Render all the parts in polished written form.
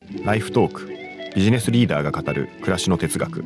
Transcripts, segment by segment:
ライフトーク、ビジネスリーダーが語る暮らしの哲学。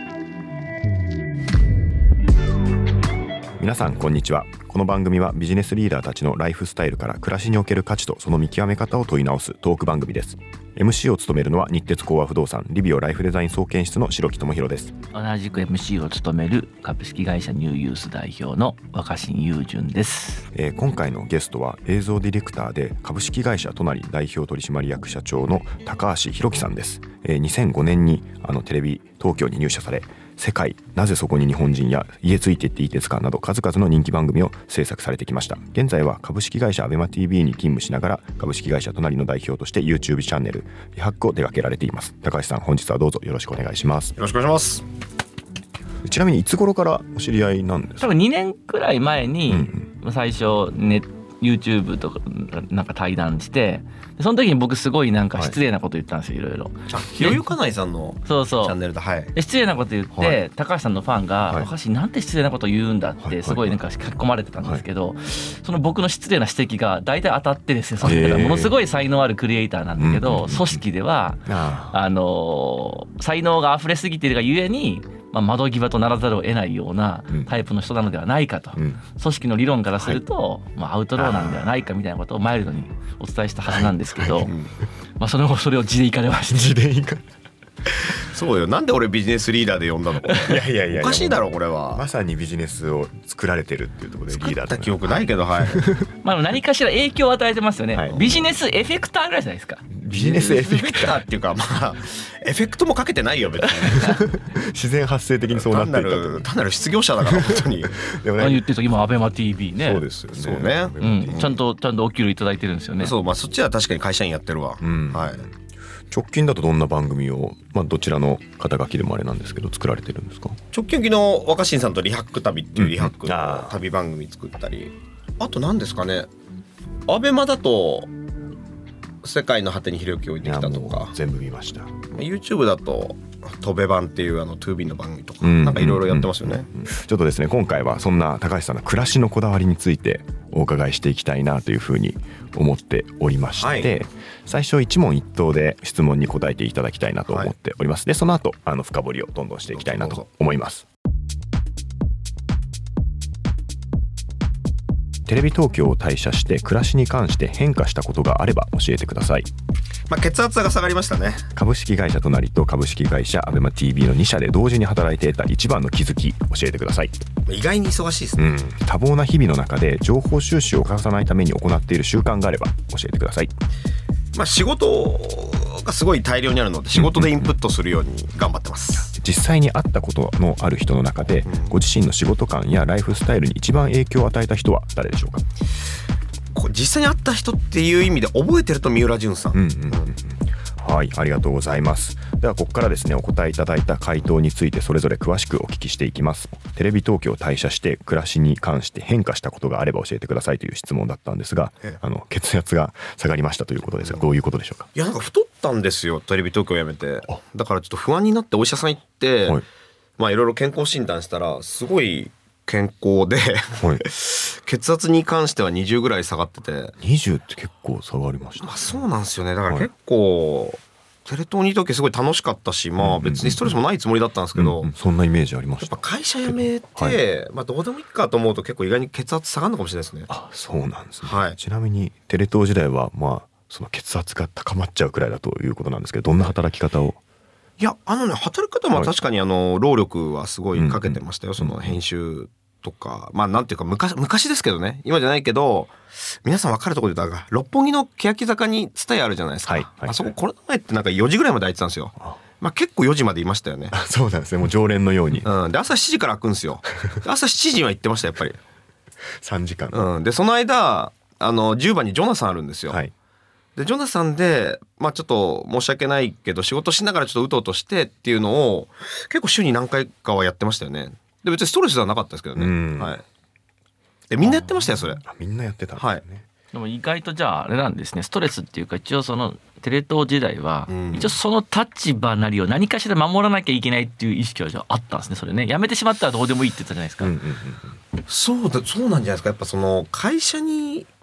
皆さんこんにちは。この番組はビジネスリーダーたちのライフスタイルから暮らしにおける価値とその見極め方を問い直すトーク番組です。 MC を務めるのは日鉄興和不動産リビオライフデザイン総研室の白木智弘です。 同じく MC を務める株式会社ニューユース代表の若新雄純です。 今回のゲストは映像ディレクターで株式会社隣代表取締役社長の高橋弘樹さんです。2005年にテレビ東京に入社され、世界なぜそこに日本人や家ついていっていいですかなど数々の人気番組を制作されてきました。現在は株式会社 ABEMATV に勤務しながら株式会社隣の代表として YouTube チャンネルリハックを手掛けられています。高橋さん、本日はどうぞよろしくお願いします。 よろしくお願いします。 ちなみにいつ頃からお知り合いなんですか？ 多分2年くらい前に最初YouTube とかなんか対談して、その時に僕すごいなんか失礼なこと言ったんですよ、いろいろ。 ひろゆかないさんのチャンネルで、はい、 失礼なこと言って、はい、高橋さんのファンが、 はい、 おかしい、なんて失礼なこと言うんだってすごいなんか書き込まれてたんですけど、その僕の失礼な指摘が大体当たってですね、その方ものすごい才能あるクリエイターなんだけど、組織では才能が溢れすぎているがゆえに窓際とならざるを得ないようなタイプの人なのではないかと、組織の理論からすると、アウトローなんではないかみたいなことをマイルドにお伝えしたはずなんですけど、その後それを地でいかれまして。 地でいかれそうよ、なんで俺ビジネスリーダーで呼んだの？いやおかしいだろこれは。 まさにビジネスを作られてるっていうところでリーダー作った記憶ないけど、はい何かしら影響を与えてますよね、はい、ビジネスエフェクターぐらいじゃないですか。 ビジネスエフェクターっていうか、エフェクトもかけてないよ別に自然発生的にそうなっていた単なる失業者だから本当にでも、ね、言ってると今 ABEMATV ね。 そうですよね。 そうね、 ちゃんとお給料いただいてるんですよね。 そう、そっちは確かに会社員やってるわ、はい。 直近だとどんな番組を、どちらの肩書きでもあれなんですけど作られてるんですか？ 直近の若新さんとリハック旅っていうリハックの旅番組作ったり、あと何ですかね、アベマだと世界の果てにひろゆきを置いてきたとか全部見ました。 YouTube だと飛べ版っていう2B の番組とか、なんかいろいろやってますよね。 ちょっとですね、今回はそんな高橋さんの暮らしのこだわりについてお伺いしていきたいなというふうに思っておりまして、はい、最初一問一答で質問に答えていただきたいなと思っております。でその後深掘りをどんどんしていきたいなと思います。テレビ東京を退社して暮らしに関して変化したことがあれば教えてください。 血圧が下がりましたね。 株式会社隣と株式会社 ABEMATV の2社で同時に働いていた一番の気づき教えてください。 意外に忙しいですね、 多忙な日々の中で情報収集を欠かさないために行っている習慣があれば教えてください。 仕事がすごい大量にあるので仕事でインプットするように頑張ってます、 実際に会ったことのある人の中で、ご自身の仕事観やライフスタイルに一番影響を与えた人は誰でしょうか？ 実際に会った人っていう意味で覚えてると三浦淳さん、 はい、ありがとうございます。ではここからですね、お答えいただいた回答についてそれぞれ詳しくお聞きしていきます。テレビ東京を退社して暮らしに関して変化したことがあれば教えてくださいという質問だったんですが、血圧が下がりましたということですが、どういうことでしょうか？ いや、なんか太ったんですよ、テレビ東京を辞めて。だからちょっと不安になってお医者さん行って、いろいろ健康診断したらすごい健康で、血圧に関しては20ぐらい下がってて。 20って結構下がりました、 そうなんですよね。だから結構、テレ東にいた時すごい楽しかったし、別にストレスもないつもりだったんですけど、 そんなイメージありました。 やっぱ会社辞めて、どうでもいいかと思うと結構意外に血圧下がるのかもしれないですね。 そうなんですね、ちなみにテレ東時代はその血圧が高まっちゃうくらいだということなんですけど、どんな働き方を？ いや、働き方も確かに労力はすごいかけてましたよ、その編集とか。なんていうか昔ですけどね、今じゃないけど、皆さん分かるところで言ったら六本木の欅坂に蔦屋あるじゃないですか、あそこコロナ前ってなんか4時ぐらいまで空いてたんですよ。結構4時までいましたよね。 そうなんですね、もう常連のように、 で朝7時から開くんですよ。朝7時には行ってましたやっぱり 3時間、 でその間10番にジョナサンあるんですよ、でジョナサンでちょっと申し訳ないけど仕事しながらちょっとうとうとしてっていうのを結構週に何回かはやってましたよね。で別にストレスではなかったですけどね、でみんなやってましたよそれ。 みんなやってたんですね、 でも意外とじゃああれなんですね、ストレスっていうか、一応そのテレ東時代は、一応その立場なりを何かしら守らなきゃいけないっていう意識はじゃああったんですね。それね、辞めてしまったらどうでもいいって言ったじゃないですか、 そうなんじゃないですか。やっぱその会社に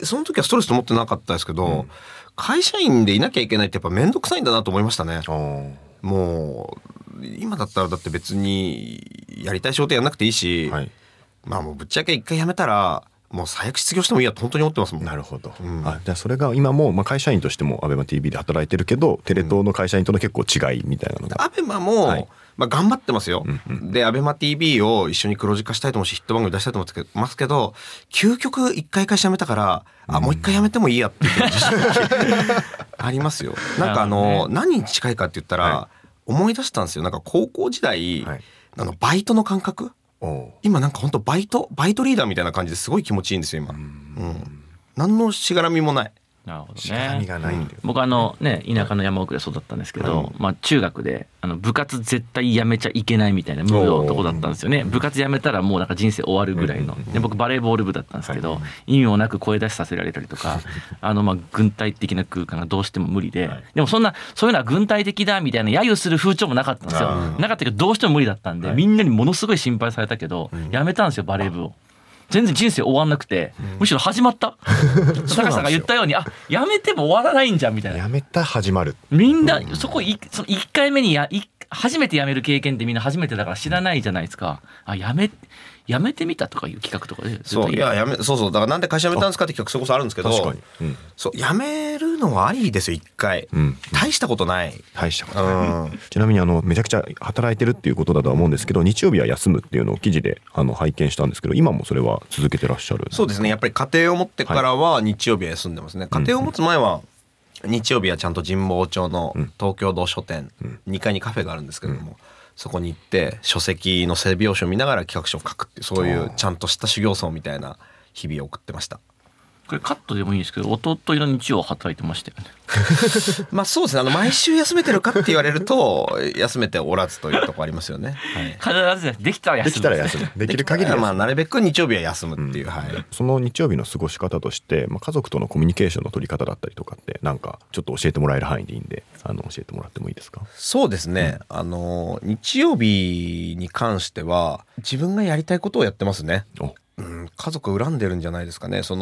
その時はストレスと思ってなかったですけど、会社員でいなきゃいけないってやっぱ面倒くさいんだなと思いましたね。もう今だったらだって別にやりたい仕事やんなくていいし、はい、まあもうぶっちゃけ一回辞めたらもう最悪失業してもいいやと本当に思ってますもん。 なるほど、じゃあそれが今も、会社員としても ABEMATV で働いてるけどテレ東の会社員との結構違いみたいなのが、 ABEMA も、はい、頑張ってますよ、で ABEMATV を一緒に黒字化したいと思うしヒット番組出したいと思ってますけど、究極一回会社辞めたからもう一回辞めてもいいやっていうありますよ。なんか何に近いかって言ったら、はい、思い出したんですよ。なんか高校時代、はい、バイトの感覚、今なんか本当バイトリーダーみたいな感じですごい気持ちいいんですよ今。何のしがらみもない。 なるほどね。 しがらみがないんだよ。 僕田舎の山奥で育ったんですけど、中学で部活絶対やめちゃいけないみたいなムードのとこだったんですよね。部活やめたらもうなんか人生終わるぐらいの。で僕バレーボール部だったんですけど、意味もなく声出しさせられたりとか、軍隊的な空間がどうしても無理で、でもそういうのは軍隊的だみたいな揶揄する風潮もなかったんですよ。なかったけどどうしても無理だったんで、みんなにものすごい心配されたけど、やめたんですよバレー部を。全然人生終わんなくて、むしろ始まった高橋さんが言ったようにやめても終わらないんじゃんみたいな。 やめた始まる。 みんなその1回目に初めて辞める経験ってみんな初めてだから知らないじゃないですか。やめてみたとかいう企画とかでそうだからなんで会社辞めたんですかって企画それこそあるんですけど、確かに、そう辞めるのはありですよ一回、大したことない。 ちなみにめちゃくちゃ働いてるっていうことだとは思うんですけど、日曜日は休むっていうのを記事で拝見したんですけど、今もそれは続けてらっしゃる？ そうですね、やっぱり家庭を持ってからは日曜日は休んでますね。家庭を持つ前は日曜日はちゃんと神保町の東京堂書店2階にカフェがあるんですけども、そこに行って書籍の背表紙を見ながら企画書を書くっていう、そういうちゃんとした修行僧みたいな日々を送ってました。 これカットでもいいんですけど、一昨日の日曜働いてましたよね。 そうですね、毎週休めてるかって言われると休めておらずというところありますよね、 必ずできたら休む、 できる限り休む、 なるべく日曜日は休むっていう、 その日曜日の過ごし方として、家族とのコミュニケーションの取り方だったりとかってなんかちょっと教えてもらえる範囲でいいんで教えてもらってもいいですか？ そうですね、日曜日に関しては自分がやりたいことをやってますね。家族恨んでるんじゃないですかね。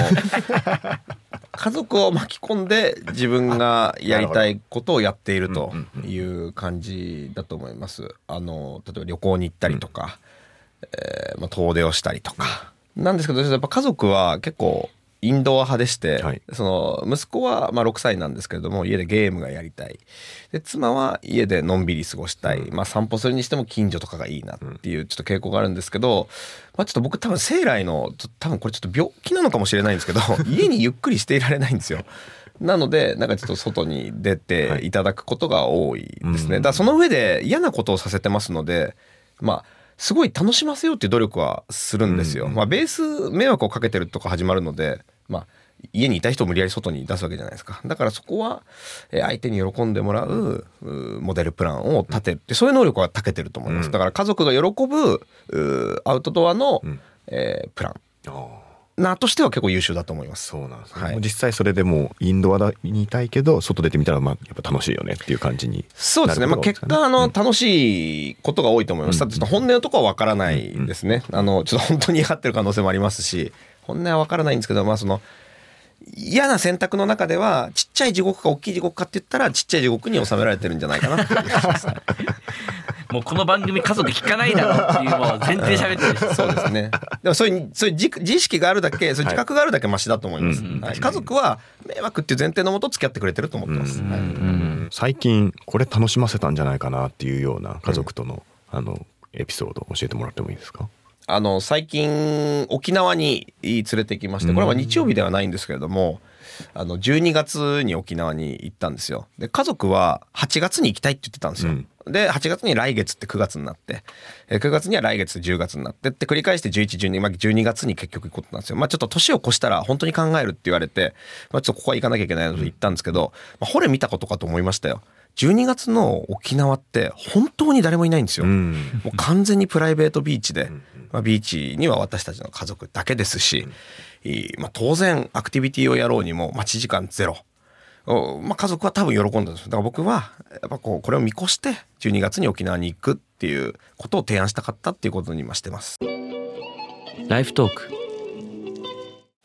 家族を巻き込んで自分がやりたいことをやっているという感じだと思います。例えば旅行に行ったりとか、遠出をしたりとかなんですけど、やっぱ家族は結構インドア派でして、息子は6歳なんですけれども家でゲームがやりたい、で妻は家でのんびり過ごしたい、散歩するにしても近所とかがいいなっていうちょっと傾向があるんですけど、ちょっと僕多分生来の多分これちょっと病気なのかもしれないんですけど家にゆっくりしていられないんですよ。なのでなんかちょっと外に出ていただくことが多いですね。だからその上で嫌なことをさせてますので、すごい楽しませようっていう努力はするんですよ。ベース迷惑をかけてるとか始まるので、家にいた人を無理やり外に出すわけじゃないですか。だからそこは相手に喜んでもらうモデルプランを立てるって、そういう能力は長けてると思います。だから家族が喜ぶアウトドアのプランとしては結構優秀だと思います。 そうなんですね。実際それでもインドアにいたいけど外出てみたらやっぱ楽しいよねっていう感じになる。 そうですね。結果楽しいことが多いと思います。ちょっと本音のところは分からないですね。ちょっと本当に嫌がってる可能性もありますし、本音は分からないんですけど、嫌な選択の中ではちっちゃい地獄か大きい地獄かって言ったらちっちゃい地獄に収められてるんじゃないかなっていうもうこの番組家族聞かないだろうっていうもう前提喋ってる。 そうですね。でもそういう自意識があるだけ、そういう自覚があるだけマシだと思います。家族は迷惑っていう前提のもと付き合ってくれてると思ってます。 最近これ楽しませたんじゃないかなっていうような家族とのエピソード教えてもらってもいいですか？ 最近沖縄に連れてきまして、これは日曜日ではないんですけれども、12月に沖縄に行ったんですよ。で家族は8月に行きたいって言ってたんですよ。で8月に来月って9月になって、9月には来月10月になってって繰り返して11、12、12月に結局行くことなんですよ。ちょっと年を越したら本当に考えるって言われて、ちょっとここは行かなきゃいけないのと言ったんですけど、ほれ見たことかと思いましたよ。12月の沖縄って本当に誰もいないんですよ。もう完全にプライベートビーチで、ビーチには私たちの家族だけですし、当然アクティビティをやろうにも待ち時間ゼロ。家族は多分喜んだんです。だから僕はやっぱこれを見越して12月に沖縄に行くっていうことを提案したかったっていうことに今してます。 ライフトーク。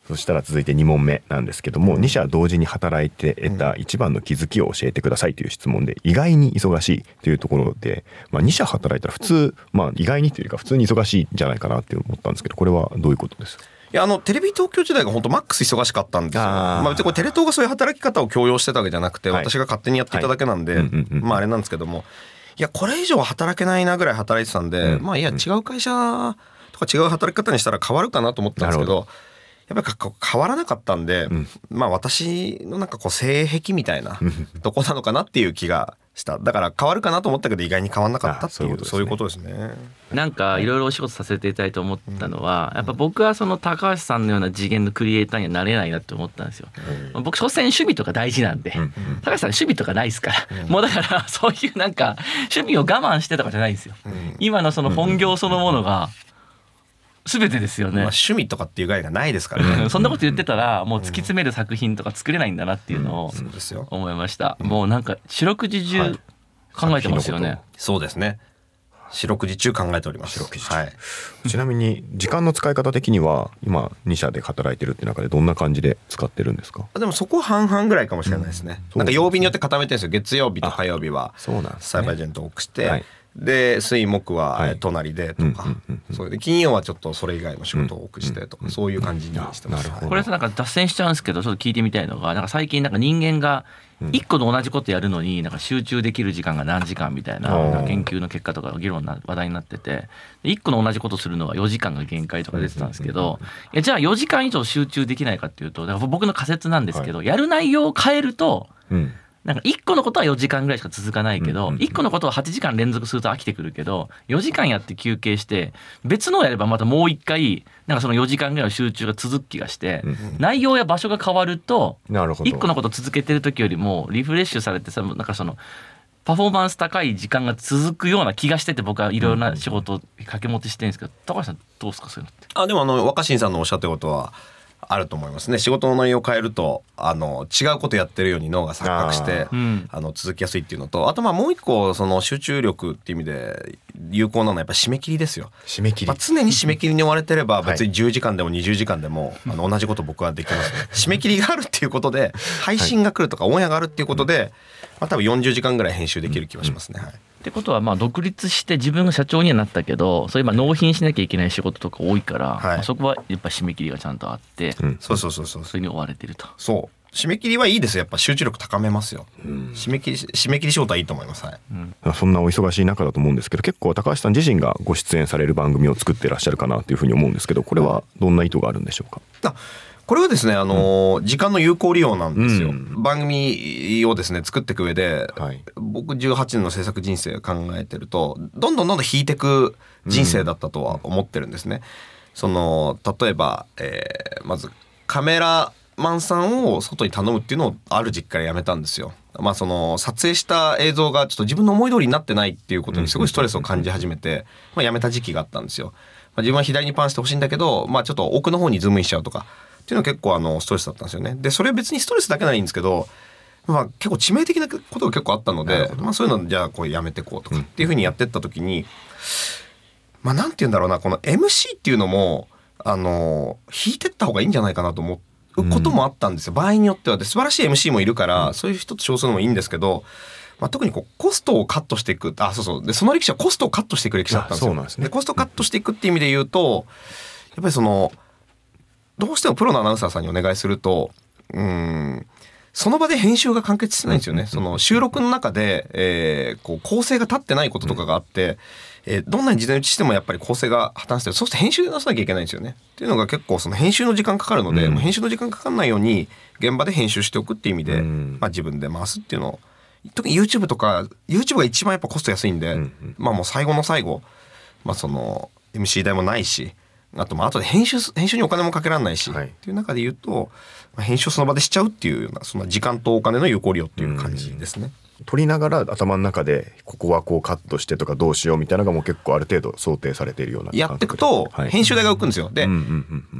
そしたら続いて2問目なんですけども、2社同時に働いて得た一番の気づきを教えてくださいという質問で、意外に忙しいというところで、2社働いたら普通、意外にというよりか普通に忙しいんじゃないかなって思ったんですけど、これはどういうことですか？ いやテレビ東京時代が本当マックス忙しかったんですよ。別にこれテレ東がそういう働き方を強要してたわけじゃなくて、私が勝手にやっていただけなんで、あれなんですけども、いやこれ以上働けないなぐらい働いてたんで、いや違う会社とか違う働き方にしたら変わるかなと思ったんですけど、やっぱり変わらなかったんで、私のなんかこう性癖みたいなとこなのかなっていう気がした。だから変わるかなと思ったけど意外に変わらなかったっていう、そういうことですね。 なんかいろいろお仕事させていただいて思ったのは、やっぱ僕はその高橋さんのような次元のクリエイターにはなれないなって思ったんですよ。僕所詮趣味とか大事なんで、高橋さん趣味とかないですから、もうだからそういうなんか趣味を我慢してとかじゃないんですよ。今のその本業そのものが全てですよね。 趣味とかっていう概念がないですからね。 そんなこと言ってたらもう突き詰める作品とか作れないんだなっていうのを思いました。もうなんか四六時中考えてますよね。 そうですね。四六時中考えております。 ちなみに時間の使い方的には今2社で働いてるって中でどんな感じで使ってるんですか？ でもそこ半々ぐらいかもしれないですね。なんか曜日によって固めてるんですよ。月曜日と火曜日はサイバーエージェントを多くして、で水木は隣でとか、それで金曜はちょっとそれ以外の仕事を多くしてとか、そういう感じにしてます。 これなんか脱線しちゃうんですけど、ちょっと聞いてみたいのが、なんか最近なんか人間が一個の同じことやるのになんか集中できる時間が何時間みたいな研究の結果とか議論な話題になってて、一個の同じことするのは4時間が限界とか出てたんですけど、じゃあ4時間以上集中できないかっていうと、だから僕の仮説なんですけど、やる内容を変えると、なんか1個のことは4時間ぐらいしか続かないけど、1個のことを8時間連続すると飽きてくるけど、4時間やって休憩して別のをやればまたもう1回なんかその4時間ぐらいの集中が続く気がして、内容や場所が変わると1個のこと続けてる時よりもリフレッシュされてさ、なんかそのパフォーマンス高い時間が続くような気がしてて、僕はいろいろな仕事を掛け持ちしてるんですけど、高橋さんどうですかそういうのって？ でも若新さんのおっしゃってることはあると思いますね。仕事の内容を変えると違うことやってるように脳が錯覚して続きやすいっていうのと、あともう一個その集中力っていう意味で有効なのはやっぱ締め切りですよ。 締め切り、 常に締め切りに追われてれば別に10時間でも20時間でも同じこと僕はできます、ね。締め切りがあるっていうことで配信が来るとかオンエアがあるっていうことで、多分40時間ぐらい編集できる気がしますね。 ってことは独立して自分が社長にはなったけど、そういう納品しなきゃいけない仕事とか多いから、そこはやっぱ締め切りがちゃんとあって、それに追われてると。 そう締め切りはいいですよ。やっぱ集中力高めますよ。締め切り仕事はいいと思います。 そんなお忙しい中だと思うんですけど、結構高橋さん自身がご出演される番組を作ってらっしゃるかなというふうに思うんですけど、これはどんな意図があるんでしょうか？ これはですね時間の有効利用なんですよ。番組をですね作っていく上で、僕18年の制作人生を考えてるとどんどん引いていく人生だったとは思ってるんですね。例えば、まずカメラマンさんを外に頼むっていうのをある時期からやめたんですよ。撮影した映像がちょっと自分の思い通りになってないっていうことにすごいストレスを感じ始めて、やめた時期があったんですよ。自分は左にパンしてほしいんだけど、ちょっと奥の方にズームインしちゃうとかっていうのは結構ストレスだったんですよね。でそれ別にストレスだけならいいんですけど、結構致命的なことが結構あったので、そういうのじゃあこうやめてこうとかっていうふうにやってった時に、なんて言うんだろうな、この MC っていうのも引いてった方がいいんじゃないかなと思うこともあったんですよ。場合によっては。で素晴らしい MC もいるから、そういう人と称するのもいいんですけど、特にコストをカットしていく。でその歴史はコストをカットしていく歴史だったんですよ。でコストカットしていくっていう意味で言うと、やっぱりどうしてもプロのアナウンサーさんにお願いすると、その場で編集が完結してないんですよね。収録の中で、構成が立ってないこととかがあって、どんなに時代打ちしてもやっぱり構成が破綻してる。そうして編集で出さなきゃいけないんですよね。っていうのが結構編集の時間かかるので、編集の時間かかんないように現場で編集しておくっていう意味で、自分で回すっていうのを、特に YouTube とか YouTube が一番やっぱコスト安いんで、もう最後の最後、MC 代もないし、あとで編集にお金もかけられないし、っていう中で言うと編集をその場でしちゃうっていうような、その時間とお金の有効利用っていう感じですね。 撮りながら頭の中でここはこうカットしてとかどうしようみたいなのがもう結構ある程度想定されているようなやっていくと編集代が浮くんですよ。で、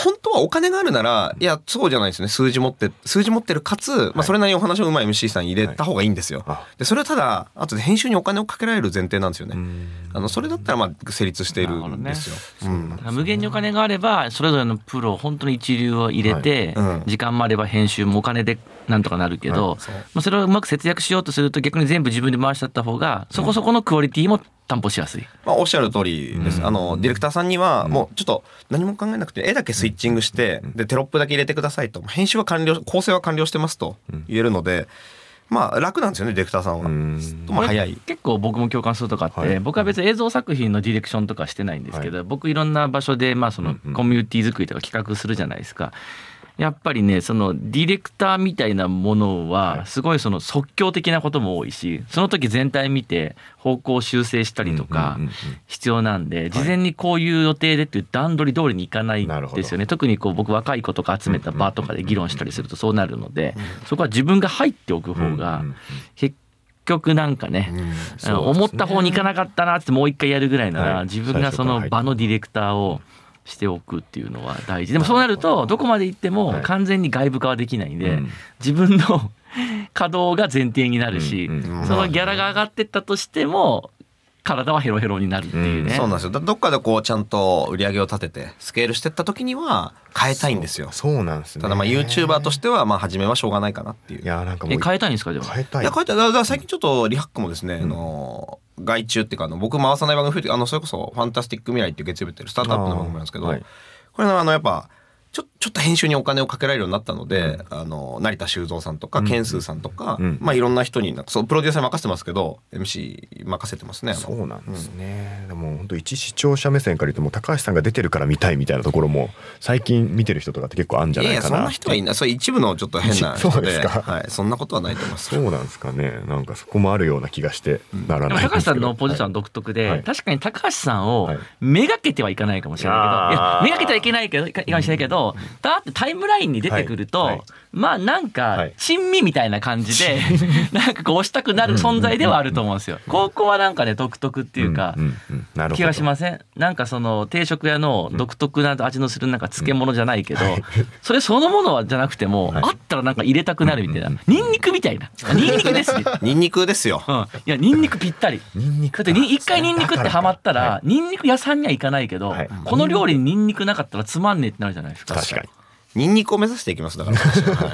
本当はお金があるなら、いやそうじゃないですね、数字持ってるかつ、まあ、それなりにお話をうまい MC さん入れた方がいいんですよ。でそれはただ後で編集にお金をかけられる前提なんですよね。それだったらまあ成立しているんですよ。 無限にお金があればそれぞれのプロ本当に一流を入れて、時間もあれば編集もお金でなんとかなるけど、まあ、それをうまく節約しようとすると逆に全部自分で回しちゃった方がそこそこのクオリティも担保しやすい。 まあ、おっしゃる通りです。ディレクターさんにはもうちょっと何も考えなくて絵だけスイッチングしてでテロップだけ入れてくださいと、編集は完了、構成は完了してますと言えるので、まあ楽なんですよねディレクターさんは。まあ早い。 結構僕も共感するとかあって、僕は別に映像作品のディレクションとかしてないんですけど、僕いろんな場所でまあそのコミュニティ作りとか企画するじゃないですか。やっぱりねそのディレクターみたいなものはすごいその即興的なことも多いし、その時全体見て方向修正したりとか必要なんで、事前にこういう予定でっていう段取り通りにいかないんですよね。特にこう僕若い子とか集めた場とかで議論したりするとそうなるので、そこは自分が入っておく方が結局なんかね、思った方にいかなかったなってもう一回やるぐらいなら、自分がその場のディレクターをしておくっていうのは大事。でもそうなるとどこまで行っても完全に外部化はできないんで、自分の稼働が前提になるし、そのギャラが上がってったとしても体はヘロヘロになるっていうね。 そうなんですよ。どっかでこうちゃんと売り上げを立ててスケールしてった時には変えたいんですよ。 そうなんですね。 ただまあ YouTuber としてはまあ初めはしょうがないかなっていう。 いやなんかもう変えたいんですか？でも変えたい。 だから最近ちょっとリハックもですね、外注っていうか僕回さない番組増えて、それこそファンタスティック未来っていう月曜日やってるスタートアップの番組なんですけど、これやっぱちょっと編集にお金をかけられるようになったので、成田修造さんとかケンスーさんとか、まあいろんな人にそうプロデューサーに任せてますけど MC 任せてますね。 そうなんですね。でも本当一視聴者目線から言うともう高橋さんが出てるから見たいみたいなところも最近見てる人とかって結構あるんじゃないかな。 いやそんな人はいない。それ一部のちょっと変な人で、はい、そんなことはないと思います。 そうなんですかね。なんかそこもあるような気がしてならないんですけど。 高橋さんのポジション独特で、確かに高橋さんをめがけてはいかないかもしれないけど、めがけてはいけないけどいかもしれないけど、だってタイムラインに出てくると、まあなんか珍味みたいな感じでなんかこう押したくなる存在ではあると思うんですよ。高校はなんかね独特っていうか気がしません？なんかその定食屋の独特な味のするなんか漬物じゃないけど、それそのものはじゃなくてもあったらなんか入れたくなるみたいな、ニンニクみたいな、ニンニクですね。 ニンニクですよ。 いやニンニクぴったり。だって一回ニンニクってハマったらニンニク屋さんには行かないけど、この料理にニンニクなかったらつまんねえってなるじゃないですか。 確かに。 ニンニクを目指していきますだから。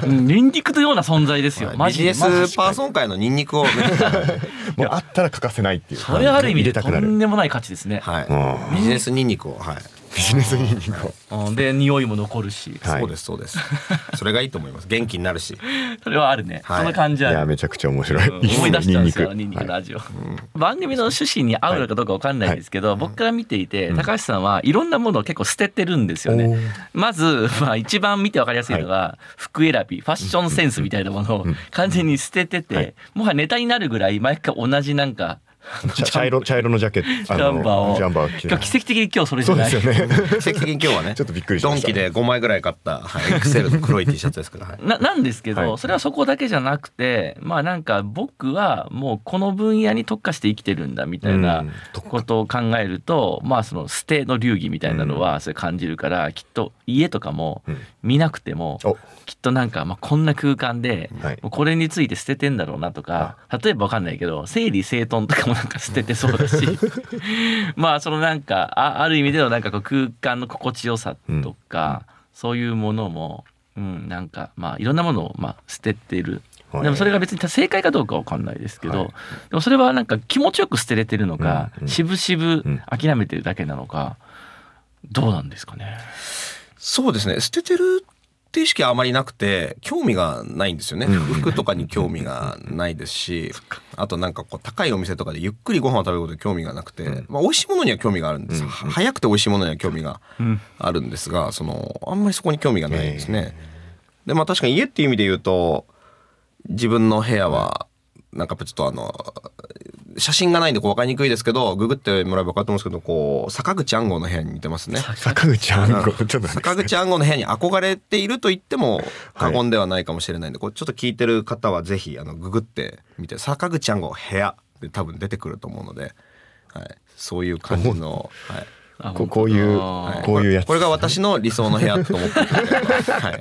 ニンニクのような存在ですよ。 ビジネスパーソン界のニンニクを目指してもうあったら欠かせないっていう。 それある意味でとんでもない価値ですね。 ビジネスニンニクをビジネスニンニクをで匂いも残るし、 そうですそうです。それがいいと思います。元気になるし。 それはあるね。その感じは。 いやめちゃくちゃ面白い。 思い出したんですよニンニクの味を。番組の趣旨に合うのかどうかわかんないですけど、僕から見ていて高橋さんはいろんなものを結構捨ててるんですよね。まず一番見てわかりやすいのが服選び、ファッションセンスみたいなものを完全に捨ててて、もはやネタになるぐらい毎回同じなんか。 茶色のジャケット、 ジャンバーを今日奇跡的に今日それじゃない。 そうですよね。 奇跡的に今日はねちょっとびっくりしました。 ドンキで5枚ぐらい買ったエクセルの黒い T シャツですから。 なんですけど、それはそこだけじゃなくて、まあなんか僕はもうこの分野に特化して生きてるんだみたいなことを考えると、まあその捨ての流儀みたいなのはそれ感じるから、きっと家とかも見なくてもきっとなんかまあこんな空間でこれについて捨ててんだろうなとか、例えばわかんないけど整理整頓とかもなんか捨ててそうだしまあそのなんかある意味でのなんかこう空間の心地よさとか、そういうものも、なんかまあいろんなものをまあ捨ててる。でもそれが別に正解かどうかわかんないですけど、でもそれはなんか気持ちよく捨てれてるのか、渋々諦めてるだけなのか、どうなんですかね。 そうですね、捨ててるって意識はあまりなくて興味がないんですよね。服とかに興味がないですし、あとなんかこう高いお店とかでゆっくりご飯を食べることに興味がなくて、まあ美味しいものには興味があるんです。早くて美味しいものには興味があるんですが、あんまりそこに興味がないですね。でまあ確かに家っていう意味で言うと、自分の部屋はなんかちょっと写真がないんでこう分かりにくいですけど、ググってもらえば分かると思うんですけど、こう坂口安吾の部屋に似てますね。 坂口安吾、 坂口安吾の部屋に憧れていると言っても過言ではないかもしれないんで、こうちょっと聞いてる方はぜひググってみて、坂口安吾部屋で多分出てくると思うので、そういう感じの、 こういうやつ、 これが私の理想の部屋と思っていて、はい、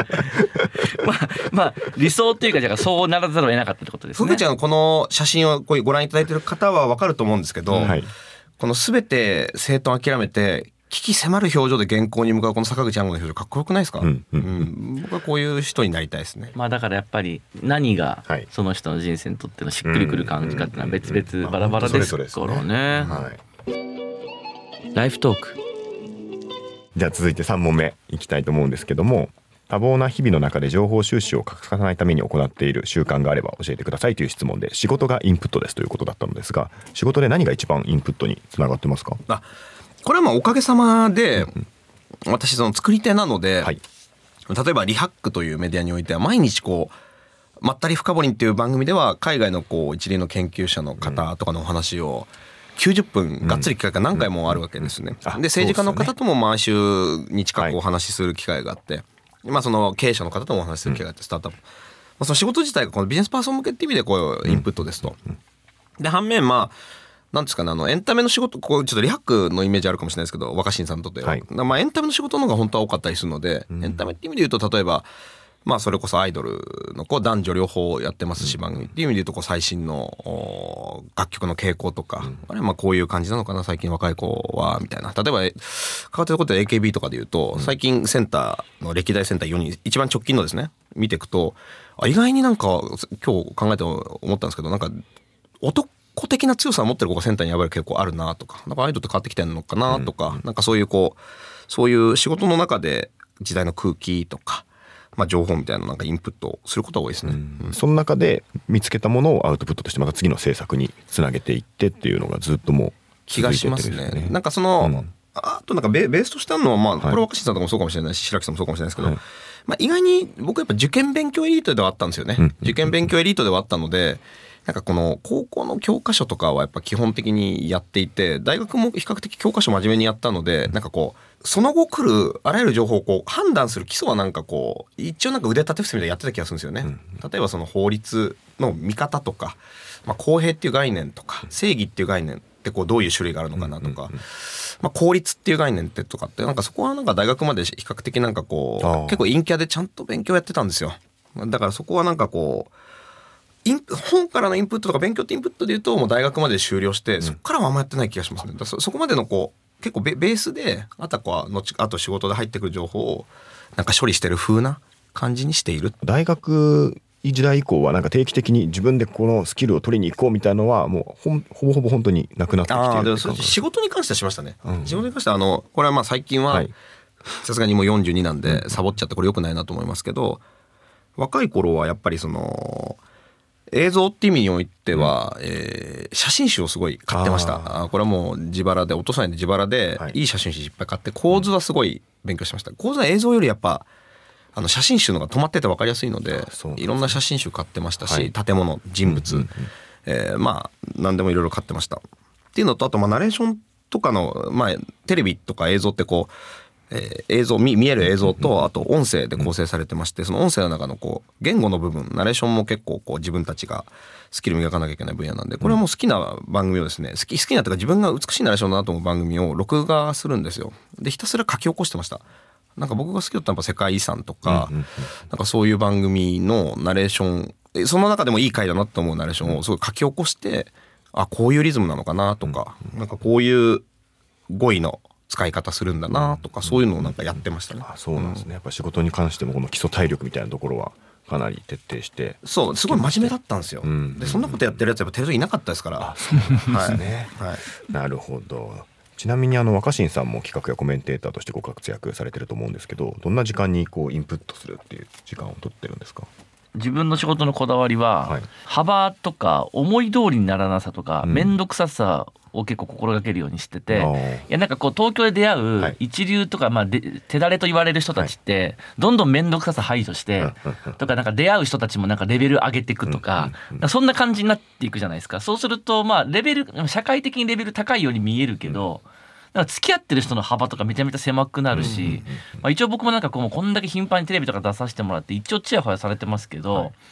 まあ理想っていうか、じゃあそうならざるを得なかったってことですね。 ふぐちゃんこの写真をこうご覧いただいている方は分かると思うんですけど、はい、この全て整頓諦めて危機迫る表情で原稿に向かうこの坂口安吾の表情かっこよくないですか？僕はこういう人になりたいですね。 まあだからやっぱり何がその人の人生にとってのしっくりくる感じかっていうのは別々バラバラですからね。ライフトーク。 じゃあ続いて3問目いきたいと思うんですけども、多忙な日々の中で情報収集を欠かさないために行っている習慣があれば教えてくださいという質問で、仕事がインプットですということだったのですが、仕事で何が一番インプットにつながってますか？ これはまあおかげさまで、私その作り手なので、はい、例えばリハックというメディアにおいては毎日こうまったり深掘りっていう番組では海外のこう一流の研究者の方とかのお話を90分がっつり機会が何回もあるわけですね。で政治家の方とも毎週に近くお話しする機会があって、まあその経営者の方ともお話しする機会があって、スタートアップ、その仕事自体がこのビジネスパーソン向けっていう意味でこうインプットですと。で反面まあなんですかね、エンタメの仕事、こうちょっとリハックのイメージあるかもしれないですけど、若新さんにとって、はい、まあエンタメの仕事の方が本当は多かったりするので、エンタメっていう意味で言うと、例えばまあそれこそアイドルのこう男女両方やってますし、番組っていう意味で言うとこう最新の楽曲の傾向とか、あれはまあこういう感じなのかな最近若い子はみたいな。例えば変わってることで AKB とかで言うと、最近センターの歴代センター4人一番直近のですね見ていくと、意外になんか今日考えて思ったんですけど、なんか男的な強さを持ってる子がセンターに選ばれる傾向あるなとか、なんかアイドルって変わってきてるのかなとか、なんかそういうそういう仕事の中で時代の空気とか、まあ、情報みたいななんかインプットすることが多いですね。 その中で見つけたものをアウトプットとしてまた次の制作につなげていってっていうのがずっともう気がしますね。なんかその、あとなんかベースとしてあるのは、まあこれ若新さんとかもそうかもしれないし、白木さんもそうかもしれないですけど、まあ意外に僕やっぱ受験勉強エリートではあったんですよね。受験勉強エリートではあったので、なんかこの高校の教科書とかはやっぱ基本的にやっていて、大学も比較的教科書真面目にやったので、なんかこうその後来るあらゆる情報をこう判断する基礎はなんかこう一応なんか腕立て伏せみたいなやってた気がするんですよね。例えばその法律の見方とか、まあ、公平っていう概念とか正義っていう概念ってこうどういう種類があるのかなとか、まあ、効率っていう概念ってとかってなんかそこはなんか大学まで比較的なんかこう結構陰キャでちゃんと勉強やってたんですよ。だからそこはなんかこう本からのインプットとか勉強ってインプットで言うともう大学まで終了して、そこからはあんまやってない気がしますね。そこまでのこう結構ベースであと仕事で入ってくる情報をなんか処理してる風な感じにしている。 大学時代以降はなんか定期的に自分でこのスキルを取りに行こうみたいなのはもうほぼほぼ本当になくなってきている。 でも仕事に関してはしましたね。仕事に関してはこれはまあ最近はさすがにもう42なんでサボっちゃってこれ良くないなと思いますけど、若い頃はやっぱりその映像って意味においては、写真集をすごい買ってました。これはもう自腹で落とさないで自腹でいい写真集いっぱい買って構図はすごい勉強してました。構図は映像よりやっぱ写真集のが止まってて分かりやすいので、いろんな写真集買ってましたし、建物人物、まあ何でもいろいろ買ってましたっていうのと、あとまあナレーションとかの、まあ、テレビとか映像ってこう映像見える映像とあと音声で構成されてまして、その音声の中のこう言語の部分ナレーションも結構こう自分たちがスキル磨かなきゃいけない分野なんで、これはもう好きな番組をですね好きなというか自分が美しいナレーションだなと思う番組を録画するんですよ。でひたすら書き起こしてました。なんか僕が好きだったのは世界遺産とか、なんかそういう番組のナレーション、その中でもいい回だなと思うナレーションをすごい書き起こして、こういうリズムなのかなとか、なんかこういう語彙の使い方するんだなとか、そういうのをなんかやってましたね。 そうなんですね。やっぱ仕事に関してもこの基礎体力みたいなところはかなり徹底して、 そうすごい真面目だったんですよ。でそんなことやってるやつやっぱテレビいなかったですから。 そうなんですね。なるほど。ちなみに若新さんも企画やコメンテーターとしてご活躍されてると思うんですけど、どんな時間にこうインプットするっていう時間を取ってるんですか？ 自分の仕事のこだわりは、幅とか思い通りにならなさとか面倒くささを結構心がけるようにしてて、いやなんかこう東京で出会う一流とか、まあ手だれと言われる人たちってどんどん面倒くささ排除してとか、なんか出会う人たちもなんかレベル上げていくとか、そんな感じになっていくじゃないですか。そうするとまあ社会的にレベル高いように見えるけど、なんか付き合ってる人の幅とかめちゃめちゃ狭くなるし、まあ、一応僕もなんかこんだけ頻繁にテレビとか出させてもらって一応チヤホヤされてますけど、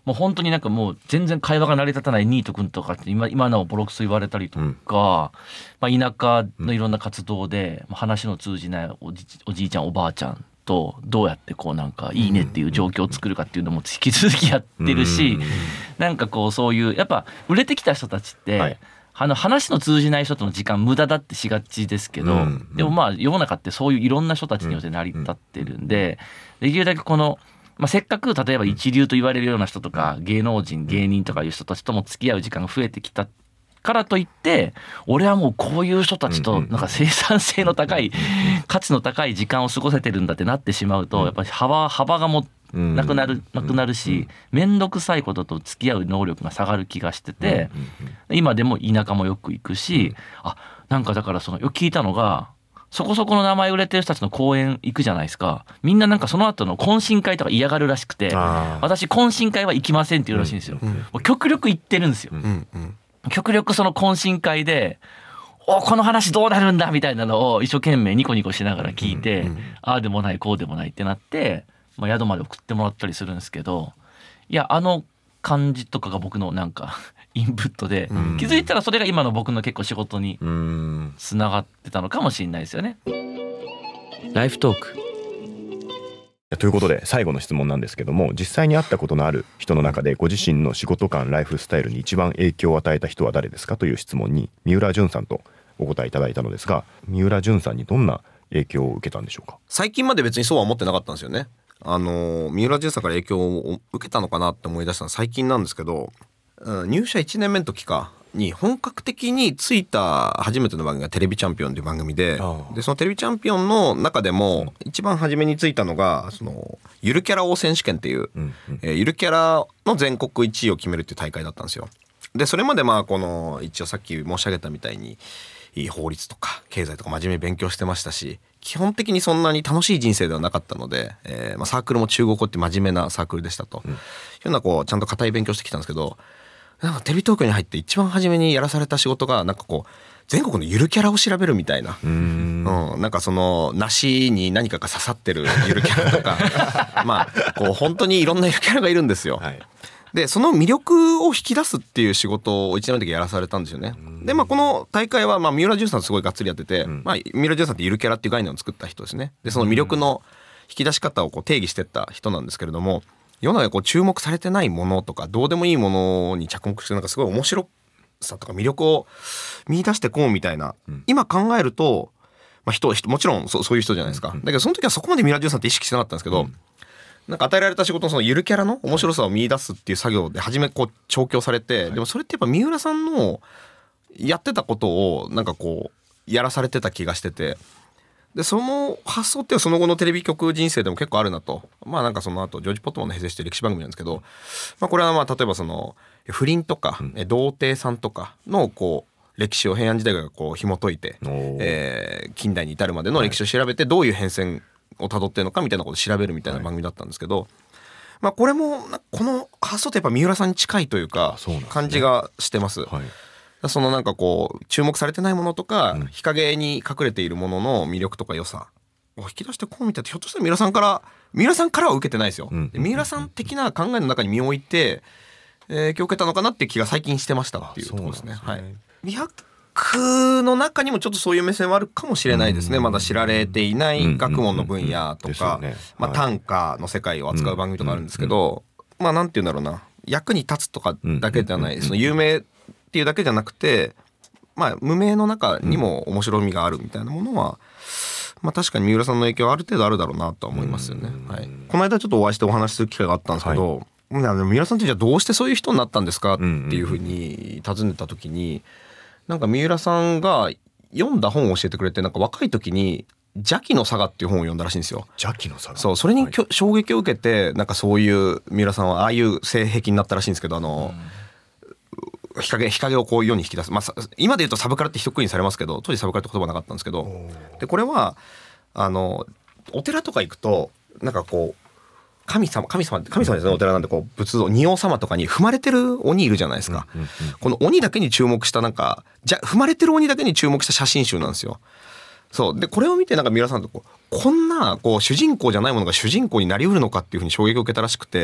もう本当になんかもう全然会話が成り立たないニート君とかって今なおボロクソ言われたりとか、まあ、田舎のいろんな活動で話の通じないおじいちゃんおばあちゃんとどうやってこうなんかいいねっていう状況を作るかっていうのも引き続きやってるし、なんかこうそういうやっぱ売れてきた人たちって、はい、話の通じない人との時間無駄だってしがちですけど、でもまあ世の中ってそういういろんな人たちによって成り立ってるんで、できるだけこの、まあ、せっかく例えば一流と言われるような人とか芸能人芸人とかいう人たちとも付き合う時間が増えてきたからといって俺はもうこういう人たちとなんか生産性の高い価値の高い時間を過ごせてるんだってなってしまうとやっぱり幅がもなくなるし面倒くさいことと付き合う能力が下がる気がしてて、今でも田舎もよく行くし、なんかだからよく聞いたのがそこそこの名前売れてる人たちの公演行くじゃないですか。みんななんかその後の懇親会とか嫌がるらしくて、私懇親会は行きませんって言うらしいんですよ。もう極力行ってるんですよ。極力その懇親会でこの話どうなるんだみたいなのを一生懸命ニコニコしながら聞いて、ああでもないこうでもないってなって、まあ、宿まで送ってもらったりするんですけど、いや感じとかが僕のなんかインプットで、気づいたらそれが今の僕の結構仕事につながってたのかもしれないですよね。ライフトークということで最後の質問なんですけども、実際に会ったことのある人の中でご自身の仕事観ライフスタイルに一番影響を与えた人は誰ですかという質問に三浦淳さんとお答えいただいたのですが、三浦淳さんにどんな影響を受けたんでしょうか。 最近まで別にそうは思ってなかったんですよね。三浦淳さんから影響を受けたのかなって思い出したのは最近なんですけど、入社1年目の時に本格的についた初めての番組がテレビチャンピオンという番組で、そのテレビチャンピオンの中でも一番初めについたのがゆるキャラ王選手権っていう、ゆるキャラの全国1位を決めるっていう大会だったんですよ。でそれまでこの一応さっき申し上げたみたいに法律とか経済とか真面目に勉強してましたし、基本的にそんなに楽しい人生ではなかったので、サークルも中国語って真面目なサークルでしたと、いうようなちゃんと固い勉強してきたんですけど、なんかテレビ東京に入って一番初めにやらされた仕事がなんか全国のゆるキャラを調べるみたいな、なんか梨に何かが刺さってるゆるキャラとか本当にいろんなゆるキャラがいるんですよ。はい、でその魅力を引き出すっていう仕事を1年目の時やらされたんですよね。でこの大会は三浦淳さんすごいがっつりやってて、三浦淳さんってゆるキャラっていう概念を作った人ですね。でその魅力の引き出し方を定義してった人なんですけれども、世の中で注目されてないものとかどうでもいいものに着目してなんかすごい面白さとか魅力を見出してこうみたいな、今考えると、もちろんそういう人じゃないですか。だけどその時はそこまで三浦淳さんって意識してなかったんですけど、なんか与えられた仕事のそのゆるキャラの面白さを見出すっていう作業で初め調教されて、でもそれってやっぱ三浦さんのやってたことをなんかやらされてた気がしてて、でその発想ってその後のテレビ局人生でも結構あるなと。なんかその後ジョージ・ポットマンの平成して歴史番組なんですけど、これは例えば不倫とか、童貞さんとかの歴史を平安時代が紐解いて、近代に至るまでの歴史を調べてどういう変遷をたどってるのかみたいなことを調べるみたいな番組だったんですけど、これもこの発想ってやっぱ三浦さんに近いというか感じがしてます。なんか注目されてないものとか、日陰に隠れているものの魅力とか良さを引き出してこうみたいな、ひょっとしたら三浦さんからは受けてないですよ。三浦さん的な考えの中に身を置いて影響を受けたのかなっていう気が最近してましたっていうところですね。美白の中にもちょっとそういう目線はあるかもしれないですね。まだ知られていない学問の分野とか、短歌の世界を扱う番組とかあるんですけど、なんていうんだろうな、役に立つとかだけじゃない、有名っていうだけじゃなくて、無名の中にも面白みがあるみたいなものは、確かに三浦さんの影響はある程度あるだろうなとは思いますよね。この間ちょっとお会いしてお話しする機会があったんですけど、三浦さんってじゃあどうしてそういう人になったんですかっていうふうに尋ねた時に、なんか三浦さんが読んだ本を教えてくれて、なんか若い時に邪気のサガっていう本を読んだらしいんですよ。 邪気のサガ。 そう、それに、衝撃を受けて、なんかそういう三浦さんはああいう性癖になったらしいんですけど、日陰を世に引き出す、今で言うとサブカルって一括りにされますけど、当時サブカルって言葉なかったんですけど、でこれはお寺とか行くとなんか神様ですね。お寺なんで仏像仁王様とかに踏まれてる鬼いるじゃないですか。この鬼だけに注目した踏まれてる鬼だけに注目した写真集なんですよ。そうでこれを見てなんか三浦さんとこんな主人公じゃないものが主人公になりうるのかっていうふうに衝撃を受けたらしくて、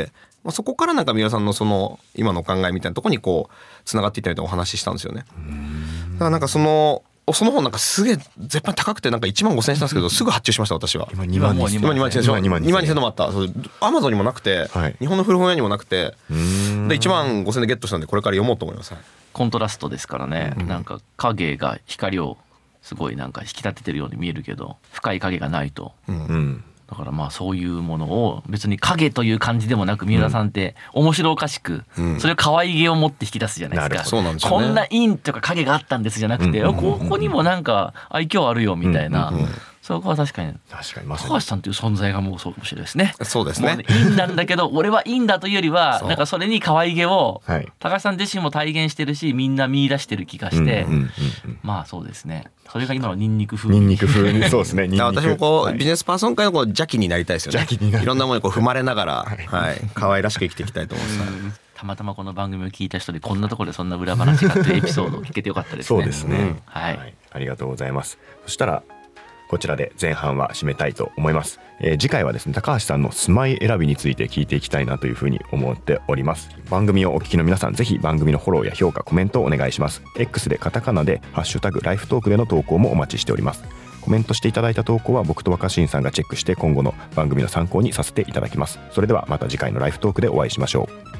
そこからなんか三浦さんのその今のお考えみたいなところにこうつながっていったみたいなお話ししたんですよね。だからなんかその本なんかすげえ絶版高くてなんか1万5,000円したんですけど、すぐ発注しました私は。 今2万でしょ。2万2000円もあった。アマゾンにもなくて、はい、日本の古本屋にもなくて、で1万5,000円でゲットしたんでこれから読もうと思います。 コントラストですからね、なんか影が光をすごいなんか引き立ててるように見えるけど深い影がないと、だからまあそういうものを別に影という感じでもなく三浦さんって面白おかしくそれを可愛げを持って引き出すじゃないですか。 そうなんですよね。 こんな陰とか影があったんですじゃなくて、ここにもなんか愛嬌あるよみたいな、そこは確かに高橋さんという存在がもうそうかもしれないですね。 そうですね。 陰なんだけど俺は陰だというよりはなんかそれに可愛げを高橋さん自身も体現してるしみんな見出してる気がして、まあそうですね。それが今のニンニク風にそうですね。 私もこうビジネスパーソン界のこう邪気になりたいですよね。いろんなものにこう踏まれながら、はい可愛らしく生きていきたいと思います。 たまたまこの番組を聞いた人でこんなところでそんな裏話があってエピソードを聞けてよかったですね。 そうですね。 はい。 ありがとうございます。そしたらこちらで前半は締めたいと思います。次回はですね高橋さんの住まい選びについて聞いていきたいなというふうに思っております。番組をお聞きの皆さんぜひ番組のフォローや評価コメントをお願いします。 X でカタカナでハッシュタグライフトークでの投稿もお待ちしております。コメントしていただいた投稿は僕と若新さんがチェックして今後の番組の参考にさせていただきます。それではまた次回のライフトークでお会いしましょう。